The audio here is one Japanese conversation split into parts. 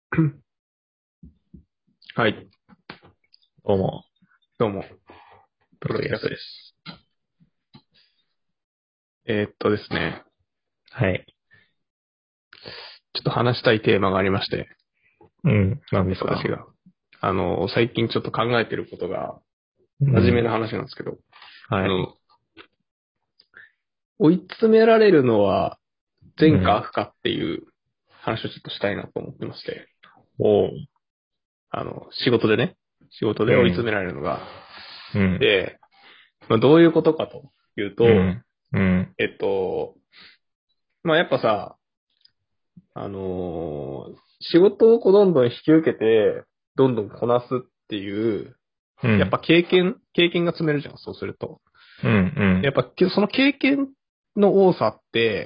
はい。 どうも、 どうも、ププロロキャスト。 キャストです。 ですね、 はい。 ちょっと話したいテーマがありまして、 うん、何ですか？ 私が。最近ちょっと考えてることが、 うん、 真面目な話なんですけど、あはい。 の、追い詰められるのは善かうん、 悪かっていう話をちょっとしたいなと思ってまして、 おう、 仕事で追い詰うん、 められるのが、 うん、 で、どういうことかというと、 うん、うん、 えっと、やっぱさ、仕事をこうどんどん引き受けて、どんどんこなすっていう、やっうん、 ぱ経験が積めるじゃん、そうすると。 うん、 やっぱ、その経験の多さって、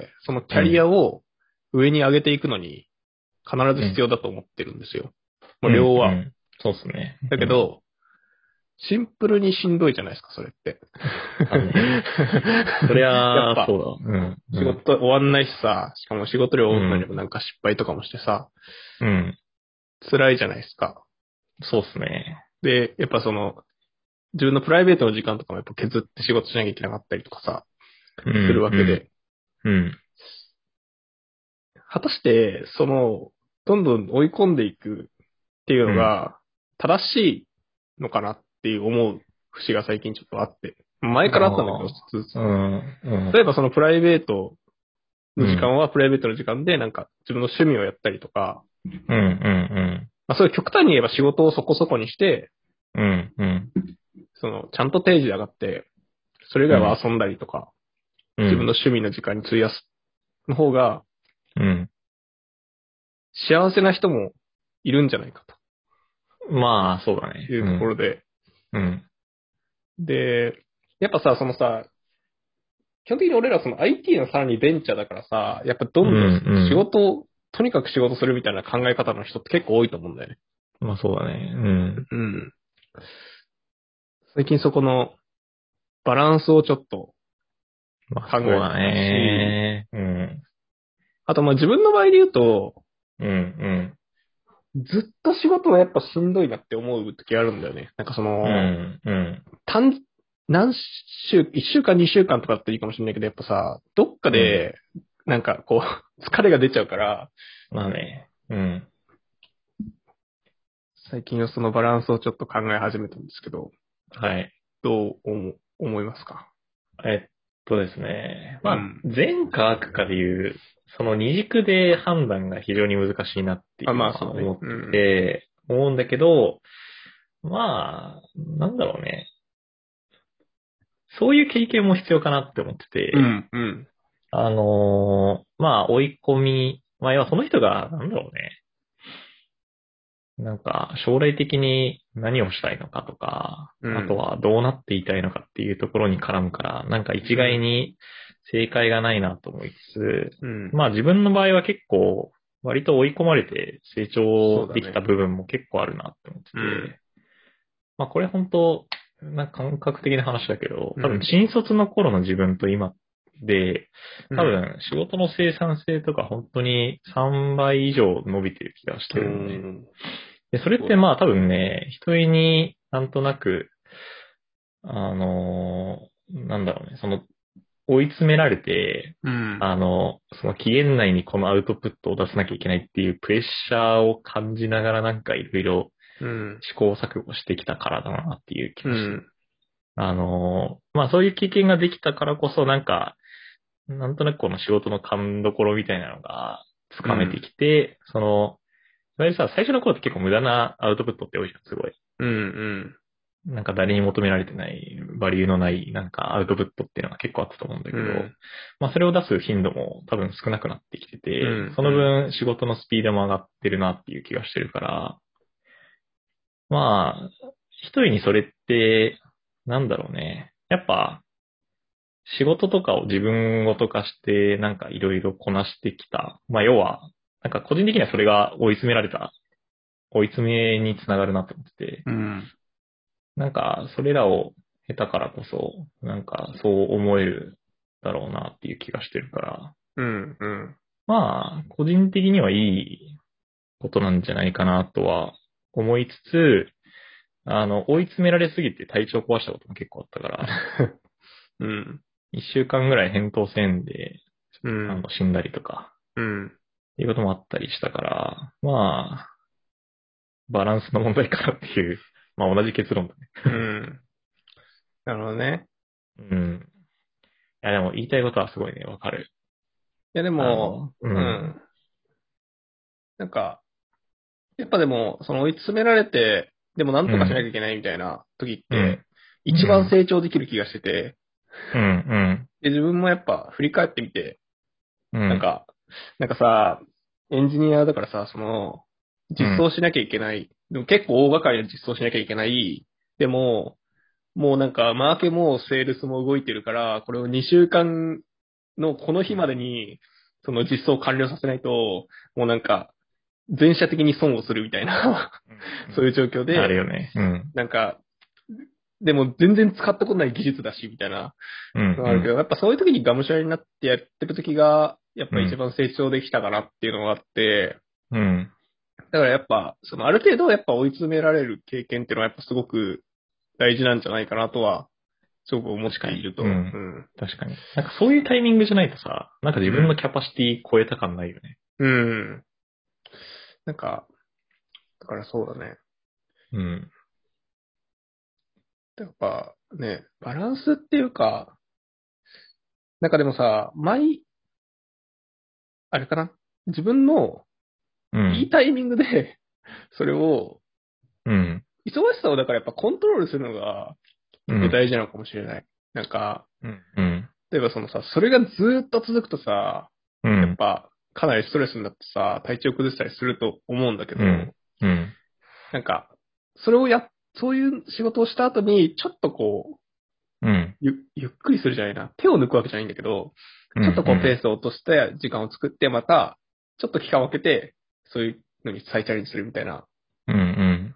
そのキャリアうん、 を上に上げていくのに必ずうん、 必要だと思ってるんですよ。もうん、 う両は。 うん、そうっすね。うん。 だけど、シンプルにしんどいじゃないですか、それって。 あのね、そりゃあ、そやっぱ、 うだ。うん、うん、 仕事終わんないしさ、しかも仕事量多くなれうん、 ばなんか失敗とかもしてさ、 うん、 辛いじゃないですか。 そうっすね。 で、やっぱ自分のプライベートの時間とかもやっぱ削って仕事しなきゃいけなかったりとかさ、 うするん、うん、 わけで、 うん、 果たして、どんどん追い込んでいくっていううん、 のが、正しいのかなっていう思う節が最近ちょっとあって、前からあったんだけど、 ああ、うん、うん、 例えばそのプライベートの時うん、 間はプライベートの時間でなんか自分の趣味をやったりとか、 うん、 そういう極端に言えば仕事をそこそこにして、 うん、うん、 ちゃんと定時で上がって、それ以うん、 外は遊んだりとか、自分のうん、 趣味の時間に費やすの方が、 うん。 幸せな人もいるんじゃないかまあ、そうだね。 というところうん、 で、 うん。 で、やっぱさ、基本的に俺らIT のさらにベンチャーだからさ、やっぱどうん、 んどん仕う事を、とにかく仕事するみたいな考え方の人って結構多いと思うんだよね。 ん。まあそうだね。うん。 うん。最近そこのバランスをちょっとまあ考そうだえてるし、 ね。うん。 あと自分の場合で言うと、 うん、うん。 ずっと仕事はやっぱしんどいなって思う時あるんだよね。 うん、うん。 単、何週、一週間、二週間とかだっていいかもしれないけど、やっぱさ、どっかうん。 で、疲れが出ちゃうから、 まあね。うん。 最近はそのバランスをちょっと考え始めたんですけど、 はい。 どう思いますか？ えっですね。まあ、 うん。 善か悪かでいう、その二軸で判断が非常に難しいなってあ、 いうのまあそうだね。 は思ってうん。 て、思うんだけど、まあ、なんだろうね。そういう経験も必要かなって思ってて、 うん、うん。 まあ、追い込み、まあ、要はその人が、なんだろうね。なんか、将来的に何をしたいのかとか、あとうん。 はどうなっていたいのかっていうところに絡むから、なんか一うん。 概に正解がないなと思いつつ、 うん。 まあ自分の場合は結構、割と追い込まれて成長できたそうだね。 部分も結構あるなって思ってうん。 て、まあこれ本当、なんか感覚的な話だけど、多分うん。 新卒の頃の自分と今で、 うん。 多分仕事の生産性とか本当に3倍以上伸びてる気がしうてるのね。 ん。 で、それっそうだね。 てまあ多分ね、一人になんとなく、なんだろうね、その追い詰められて、 うん。 その期限内にこのアウトプットを出さなきゃいけないっていうプレッシャーを感じながらなんかいろいろうん。 試行錯誤してきたからだなっていう気がしてる。 うん。 まあそういう経験ができたからこそなんか、なんとなくこの仕事の勘どころみたいなのがつかめてうん。 きて、いわゆるさ、最初の頃って結構無駄なアウトプットって多いじゃん、すごい。 うん。 なんか誰に求められてない、バリューのないなんかアウトプットっていうのが結構あったと思うんだけど、 うん。 まあそれを出す頻度も多分少なくなってきてて、 うん。 そのうん。 分仕事のスピードも上がってるなっていう気がしてるから、まあ、一人にそれって、なんだろうね。やっぱ仕事とかを自分ごと化してなんかいろいろこなしてきた。まあ要は、なんか個人的にはそれが追い詰めにつながるなと思ってて、 うん。 なんか、それらを経たからこそ、なんか、そう思えるだろうなっていう気がしてるから、 うん。うん。 まあ、個人的にはいい。 ことなんじゃないかなとは思いつつ、追い詰められすぎて体調壊したことも結構あったから、 うん。 一週間ぐらい扁桃腺で、 うん。 死んだりとか、 うん。 っていうこともあったりしたから、まあ、バランスの問題かなっていう、まあ同じ結論だね。 うん。なるほどね。 うん。いやでも言いたいことはすごいね、わかる。 いやでも、 うん。 うん。なんか、やっぱでも、その追い詰められて、でもなんとかしなきゃうん。 いけないみたいな時っうん。 て、一番うん。 成長できる気がしてて、 うん。 で、自分もやっぱ振り返ってみて、 うん。 なんか、なんかさ、エンジニアだからさ、実うん。 装しなきゃいけない。でも結構大掛かりな実装しなきゃいけない。でも、もうなんか、マーケもセールスも動いてるから、これを2週間のこの日までに、その実装を完了させないと、もうなんか、全社的に損をするみたいなうそういうん。 状況で、 あるよね。うん。 なんか、でも全然使ったことない技術だし、みたいなうん。 のがあるけど、やっぱそういう時にがむしゃらになってやってる時が、やっうん。 ぱ一番成長できたかなっていうのがあって、 うん。 だからやっぱ、ある程度やっぱ追い詰められる経験っていうのはやっぱすごく大事なんじゃないかなとは、すごく思っ確かに。 ていると。ううん。 ん。 確かに。なんかそういうタイミングじゃないとさ、なんか自分のうん。 キャパシティ超えた感ないよね。 うん。なんか、だからそうだね。 うん。 やっぱね、バランスっていうか、なんかでもさ、あれかな。自分のうん。 いいタイミングで、それを、 うん。 忙しさをだからやっぱコントロールするのが結構うん。 大事なのかもしれない。なんか、 うん。うん。 例えばそれがずーっと続くとさ、 うん。 やっぱかなりストレスになってさ、体調崩したりすると思うんだけうん。 ど、 うん。 なんか、それをそういう仕事をした後に、ちょっとうん。 ゆっくりするじゃないな。手を抜くわけじゃないんだけど、 うん。 ちょっとペーうん。 スを落として時間を作って、また、ちょっと期間を空けて、そういうのに再チャレンジするみたいな。 うん。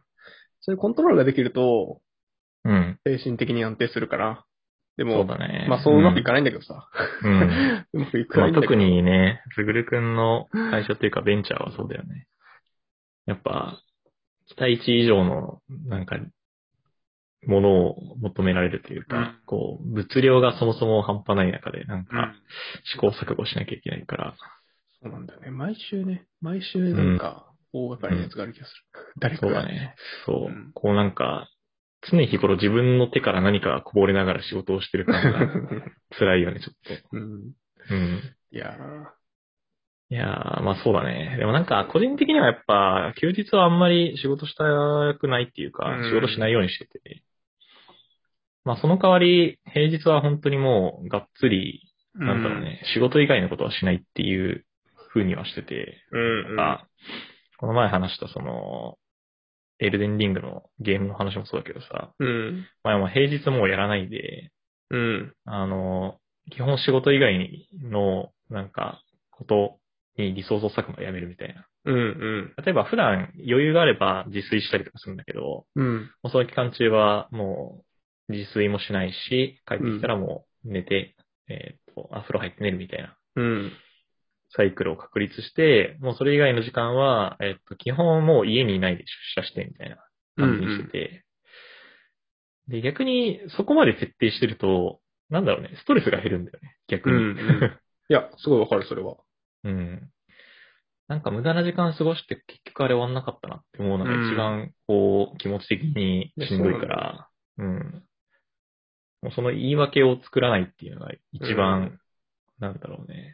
そういうコントロールができると、 うん。 精神的に安定するかな。でそうも、 だね。 まあそううまくいかないんだけどさ。 うん。 うまくいかまあ、 ないんだけ特にど。 ね、すぐるくんの会社っていうかベンチャーはそうだよね。やっぱ、期待値以上の、なんか、ものを求められるといううん。 か、物量がそもそも半端ない中で、なんか、 うん。 試行錯誤しなきゃいけないから。 そうなんだよね。毎週うん。 なんか、大掛かりなやうん。 つがある気がする。誰かが。 そうだね。そう。 うん。 なんか、常日頃自分の手から何かがこぼれながら仕事をしてる感が辛いよね、ちょっと。 うん。 うん。 いやー。 いやー、まあそうだね。でもなんか、個人的にはやっぱ、休日はあんまり仕事したくないっていううか、仕事しないん。 ようにしてて。まあその代わり、平日は本当にもう、がっつり、 うん。 なんだろうね、仕事以外のことはしないっていう風にはしてて、 うん。 なんか、この前話したエルデンリングのゲームの話もそうだけどさ、 うん。 まあまあ平日もうやらないで、 うん。 あの、基本仕事以外の、なんか、ことにリソースを割くのをやめるみたいな。 うん。 例えば普段余裕があれば自炊したりとかするんだけど、 うん。 もうその期間中はもう自炊もしないし、帰ってきたうん。 らもう寝て、風呂入って寝るみたいなうん。 サイクルを確立して、もうそれ以外の時間は、基本もう家にいないで出社してみたいなうん。 感じにしてて、で、逆にそこまで徹底してると、なんだろうね、ストレスが減るんだよね、 うん。 逆に。 うん。いや、すごいわかる、それは。 うん。なんか無駄な時間過ごして結局あれ終わんなかったなって思うのうが一ん。 番気持ち的にいや、 しんどいそうなんだよね。 から、うん。もうその言い訳を作らないっていうのがう一番、 ん。 なんだろうね。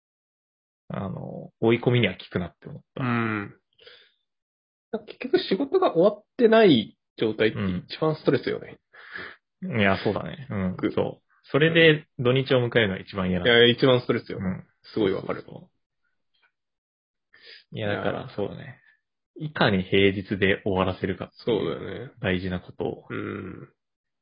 追い込みには効くなって思っうた。 ん。結局仕事が終わってない状態って一うん。 番ストレスよね。 いや、そうだね。うん、 僕。 そう。それうん。 で土日を迎えるのが一番嫌なんだ。 いや、一番ストレスよ。 うん。 すそうごいわかる。 そうそう。いや、 いや、 だからそうだね。いかに平日で終わらせるかってそういうだよね。 大事なことを。 うん。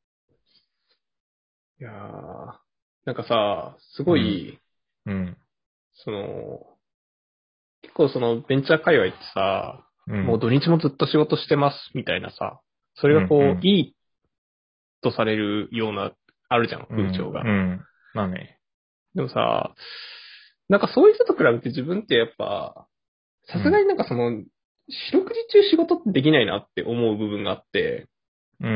いやー、なんかさ、すうん。 ごい、 うん。 その、結構ベンチャー界隈ってさ、もううん。 土日もずっと仕事してますみたいなさ、それうん。 がいいとされるような、あるじゃん、 うん。 風潮が。 うん。まあね。 でもさ、なんかそういう人と比べて自分ってやっぱ、さすがうん。 になんか四六時中仕事ってできないなって思う部分があって、 うん。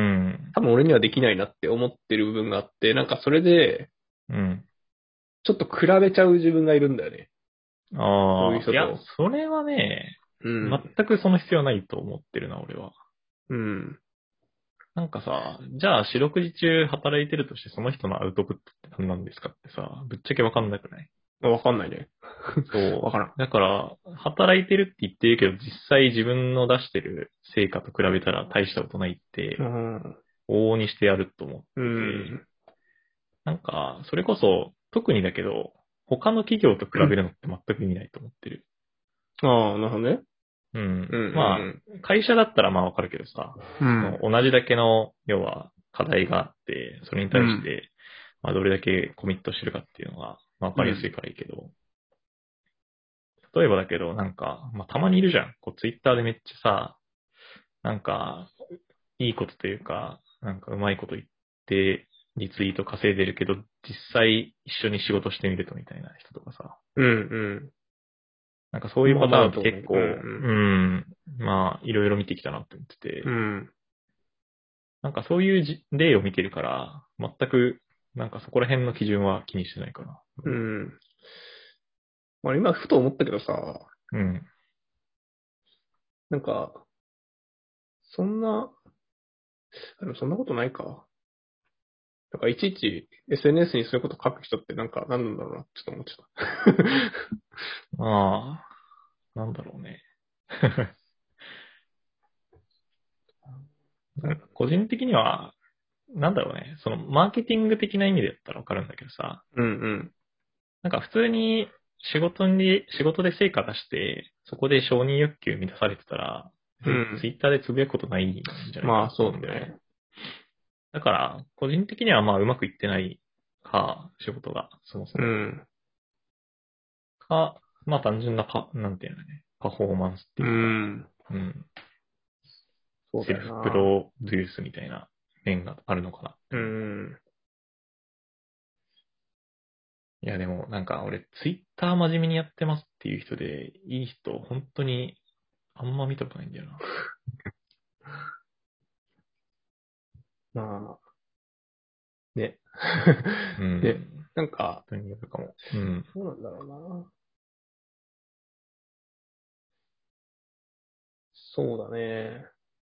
多分俺にはできないなって思ってる部分があって、なんかそれで、 うん。 ちょっと比べちゃう自分がいるんだよね。そういうああ、いや、 人と。 それはね、 う全ん。 くその必要はないと思ってるな、俺は。 うん。 なんかさ、じゃあ四六時中働いてるとしてその人のアウトプットって何なんですかってさ、ぶっちゃけわかんなくない？ わかんないね。わそからん。 う。だから、働いてるって言ってるけど、実際自分の出してる成果と比べたら大したことないっうて、 ん。 往々にしてやると思っうてて、 ん。 なんか、それこそ、特にだけど、他の企業と比べるのって全く意味ないと思ってる。 ああ、なるほどね。 ううんん。まうんあ、会社だったらまあわかるけどさ、 うん。 同じだけの、要は課題があって、それにうん。 対して、まあどれだけコミットしてるかっていうのが、まあわうん。 かりやすいからいいけど、例えばだけど、なんか、まあたまにいるじゃん。こう、ツイッターでめっちゃさ、なんか、いいことというか、なんかうまいこと言って、リツイート稼いでるけど、実際一緒に仕事してみるとみたいな人とかさ、 うん。 なんかそういうまあまパターンってだと思う。う結構、 んまあ、いろいろ見てきたなって思ってて、 うん。うん。 なんかそういう例を見てるから、全く、なんかそこら辺の基準は気にしてないかな。 うん。まあ今ふと思ったけどさ、 うん。 なんか、そんな、でもそんなことないか。なんかいちいち SNS にそういうこと書く人ってなんか何なんだろうな、ちょっと思っちゃった。 まあ、なんだろうね。なんか個人的には、なんだろうね。そのマーケティング的な意味でやったらわかるんだけどさ、 うんうん。 なんか普通に仕事で成果出して、そこで承認欲求満たされてたら、別にツうん。 イッターでつぶやくことないんじゃないかなとまあそ思うんだよね。 うだね。 だから、個人的にはまあうまくいってないか、仕事が、そもそも。 うん。 か、まあ単純ななんていうのね、パフォーマンスってういうか、 ん。 うん、 そうだよセルフプな。 ロデュースみたいな面があるのかなってう思う。 ん。 いやでもなんか俺ツイッター真面目にやってますっていう人で、いい人本当にあんま見たことないんだよな。 まあ、ね。 うで、 ん。 なんか、 人によるかも。うん。 どうなんだろうな。そうだね。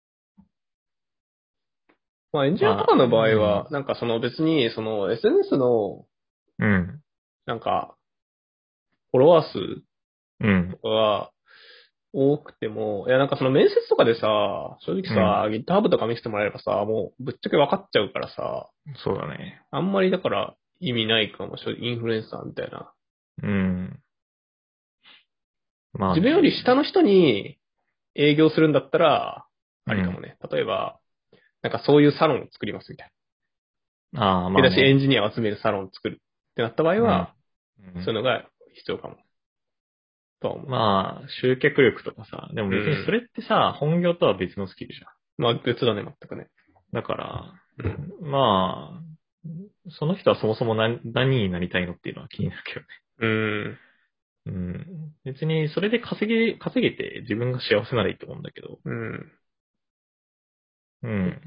まあエンジニアとまあ、 かの場合は、 うん。 なんかその別に、その SNS の、 うん。 なんか、フォロワー数うん。 とかが多くても、いやなんかその面接とかでさ、正直うん。 さ、GitHub とか見せてもらえればさ、もうぶっちゃけ分かっちゃうからさ、 そうだね。 あんまりだから意味ないかもしれない。インフルエンサーみたいな。 うん。まあ自分より下ね。 の人に営業するんだったら、 うん。 ありかもね。例えば、なんかそういうサロンを作りますみたいああ、 な。で、だしエンまあね。 ジニアを集めるサロンを作るってなった場合うん。 は、 うん。 そういうのが必要かも。とは思う。 まあ、集客力とかさ、でもうん。 別にそれってさ、本業とは別のスキルじゃん。 まあ別だね、全くね。 だから、 うん。 まあ、その人はそもそも何になりたいのっていうのは気になるけどね。 うん。 うん。別にそれで稼げて自分が幸せならいいと思うんだけど。 うん。 うん。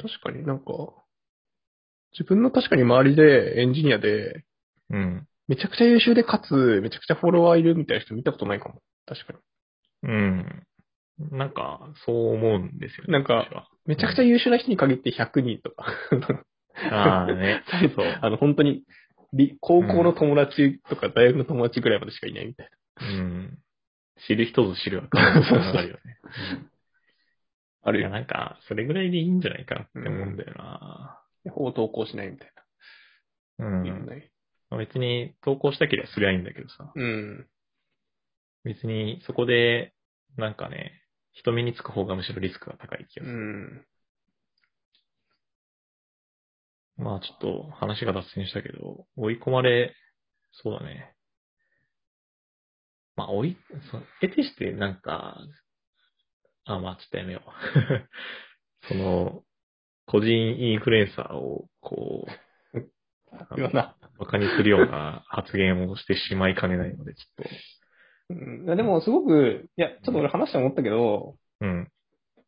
確かになんか、自分の確かに周りでエンジニアで、 うん。 めちゃくちゃ優秀でかつ、めちゃくちゃフォロワーいるみたいな人見たことないかも。確かに。 うん。なんか、そう思うんですよね、 なんか、 私は。 めちゃくちゃうん。 優秀な人に限って100人とか。 ああね、そ本当に、高う。う校のん。 友達とか大学の友達ぐらいまでしかいないみたいうん。知る人ぞ知るアカウンな。 トそうそう。 があるよね。うん。いや、 あるよ。 なんか、それぐらいでいいんじゃないかなっうん。 て思うんだよな。 ほぼ投稿しないみたいうな。いるん。 ね。 別に投稿したければすりゃいいんだけどさ。 うん。 別にそこで、なんかね、人目につく方がむしろリスクが高い気がうする。 ん。 まあちょっと話が脱線したけど、追い込まれ、そうだね。まあ得てしてなんか、まあちょっとやめよう。その、個人インフルエンサーを、こう、 言わな。 馬鹿にするような発言をしてしまいかねないので、ちょっと、 うん。でも、すごく、いや、ちょっと俺話して思ったけど、 う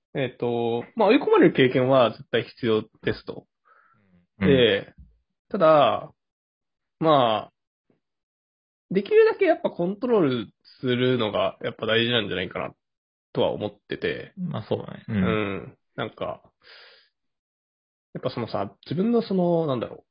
追い込まれる経験は絶対必要ですと。 うん。 で、ただ、まあ、できるだけやっぱコントロールするのがやっぱ大事なんじゃないかなとは思ってて、 まあそうだね。ううん。 ん。なんか、やっぱそのさ、自分のその、なんだろ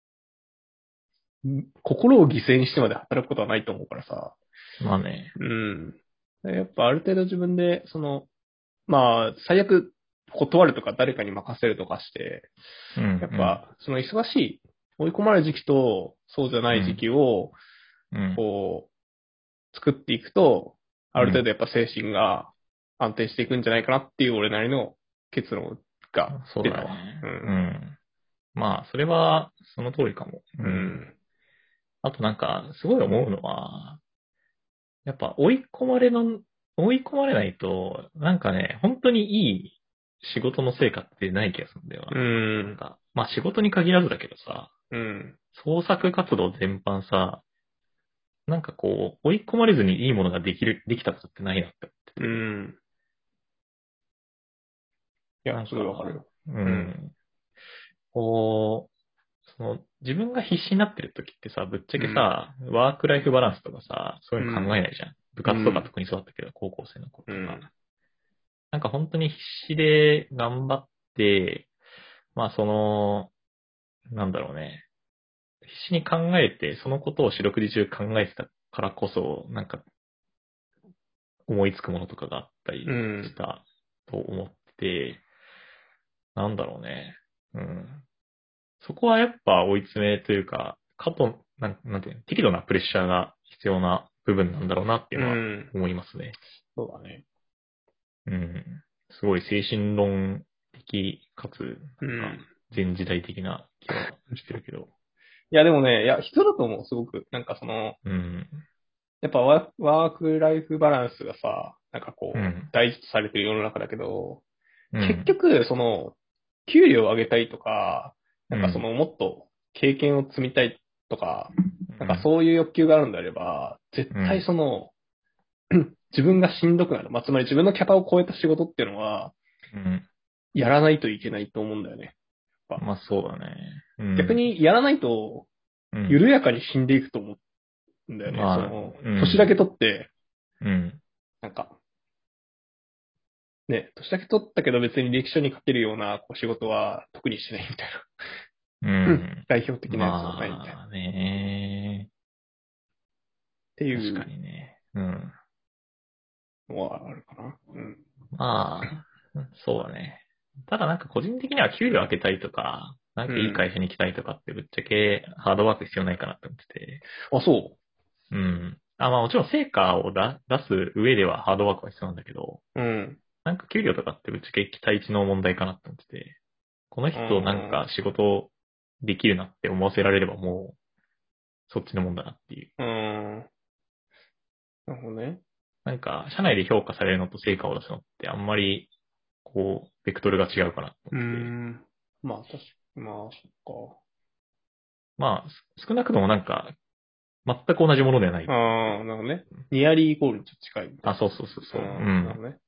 う、心を犠牲にしてまで働くことはないと思うからさ、 まあね。 うん。やっぱある程度自分で、まあ、最悪断るとか誰かに任せるとかして、 うん。 やっぱ、その忙しい、追い込まれる時期と、そうじゃない時うん。 期を、 うん。 こう、作っていくと、あうん。 る程度やっぱ精神が安定していくんじゃないかなっていう俺なりの結論がそう出たわ。 だね。 うん。 うん。まあ、それは、その通りかも。ううん。 ん。 あとなんか、すごい思うのは、やっぱ追い込まれないと、なんかね、本当にいい仕事の成果ってない気がするんだような。なんん。 か、まあ仕事に限らずだけどさ、 うん。 創作活動全般さ、なんかこう、追い込まれずにいいものができたことってないなって思ってうて。 ん。いや、 なんすごいわかるか、 よ。 ううん。 ん、こ自分が必死になってる時ってさ、ぶっちゃうん。 けさ、ワークライフバランスとかさ、そういうの考えうん。 ないじゃん。部活とかうん。 特にそうだったけど、高校生の頃とか。 うん。 なんか本当に必死で頑張って、まあなんだろうね。必死に考えて、そのことを四六時中考えてたからこそ、なんか思いつくものとかがあったりしうん。 たと思ってて、なんだろうね。うん。そこはやっぱ追い詰めというか、なんていうの、適度なプレッシャーが必要な部分なんだろうなっていううのはん。 思いますね。 そうだね。 うん。すごい精神論的かつ、なんかうん。 前時代的な気はしてるけど。 いや、でもね、いや、必要だと思う、すごく。 うん。 やっぱワークライフバランスがさ、 うん。 大事とされてる世の中だけど、 うん。 結局、給料を上げたいとか、 うん。 もっと経験を積みたいとか、 うん。 そういう欲求があるんであれば、絶対うん。 自分がしんどくなる。まあ、つまり自分のキャパを超えた仕事っていうのは、 うん。 やらないといけないと思うんだよね。やっぱまあそうだね。うん。 逆にやらないと、 うん。 緩やかに死んでいくと思うんだよね。 まあ、う年だけん。 取って、 うん。 なんか、ね、年だけ取ったけど別に歴史書に書けるような仕事は特にしないみたいうな。うんん。 代表的なやつもないみたいな。っまあね。 ていう確かにね。うん。 のはあるかな。うん。 まあ、そうだね。ただなんか個人的には給料上げたいとか、なんかいいうん。 会社に行きたいとかってぶっちゃけハードワーク必要ないかなって思ってて。 あ、そうん。あ、まあもちろん成果を出す上ではハードワークは必要なんだけど、 う。うん。 なんか給料とかってぶっちゃけ期待値の問題かなって思ってて、このう人なんん。 か仕事できるなって思わせられればもうそっちのもんだなっていう。 うん。なるほどね。 なんか社内で評価されるのと成果を出すのってあんまりこう、ベクトルが違うかなとう思ってて。 ん。まあ、まあ、そっまあ、少なくともなんか全く同じものではないっか。 ていうか。 ああ、なるほどね。ニアリーイコールにちょっと近いみたいあ、 な。 そうそうそうそう。ううん。なるん。 ほどね。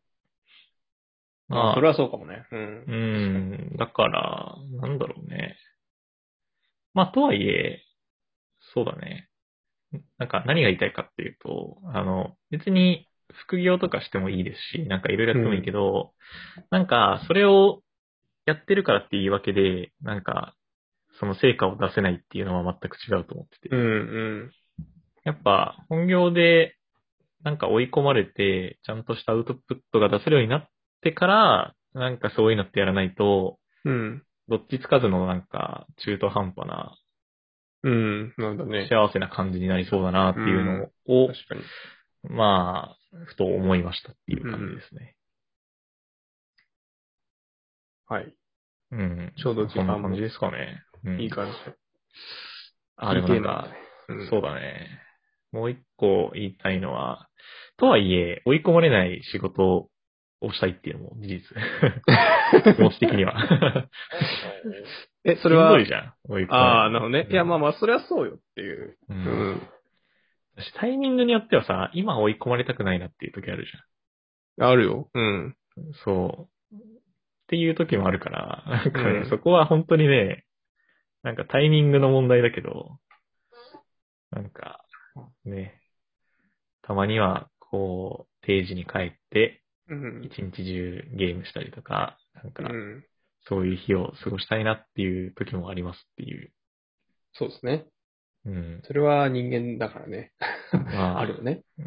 まあ、それまあ、 はそうかもね。ううん。確かに。 ん。だから、なんだろうね。まあ、とはいえ、そうだね。なんか何が言いたいかっていうと、別に副業とかしてもいいですし、なんかいろいろやってもいいけうん。 ど、なんかそれをやってるからって言い訳で、なんかその成果を出せないっていうのは全く違うと思ってうん。 て。 うん。 やっぱ本業でなんか追い込まれて、ちゃんとしたアウトプットが出せるようになってから、なんかそういうのってやらないと、 うん。 どっちつかずのなんか中途半端なうん。なんだね。 幸せな感じになりそうだなっていううん。 のを、 確かに。 まあ、ふと思いましたっていう感じでうん。 すね。 はい。 うん。 ちょうど時そんな間も感じですかね。うん。 いい感じで。 あ、でいいもなんか、 テーマだね。うん。 そうだね。もう一個言いたいのは、とはいえ、追い込まれない仕事をしたいっていうのも事実。気持ち的には。 え、それしんどいは、 じゃん。追い込まれああ、 るの。 なるほどね。いや、まあうん。 まあ、それはそうよっていう。 うん。 うん。 タイミングによってはさ、今追い込まれたくないなっていう時あるじあるよ。うん。 そう。っていう時もあるから、なんかね、 うん。 そこは本当にね、なんかタイミングの問題だけど、なんか、ね、たまには、こう、定時に帰って、 うん。 一日中ゲームしたりとか、なんか、 うん。 そういう日を過ごしたいなっていう時もありますっていう。 そうですね。 うん。 それは人間だからね。あまあ、 るよね。 うん。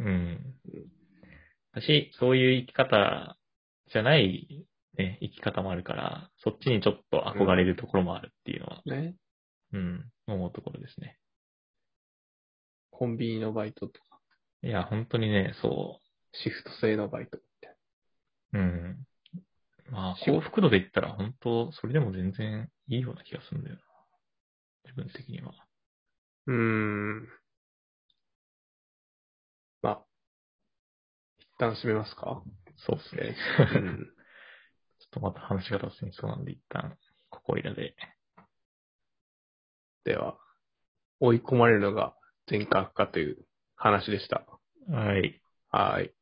私、そういう生き方じゃない、ね、生き方もあるから、そっちにちょっとうん。 憧れるところもあるっていうのは、 ね。 うん、思うところですね。 コンビニのバイトとか、 いや、本当にね、そシフト制のバイトみたいう。うん。まあ、 な。 幸福度で言ったら、本当、それでも全然いいような気がするんだよな。自分的には。 うーん。まあ、一旦閉めますか？ そうですね。 OK。うん。 ちょっとまた話が脱線しそうなんで、一旦、ここいらで。 では、追い込まれるのが善か悪かという話でした。 はい。 はい。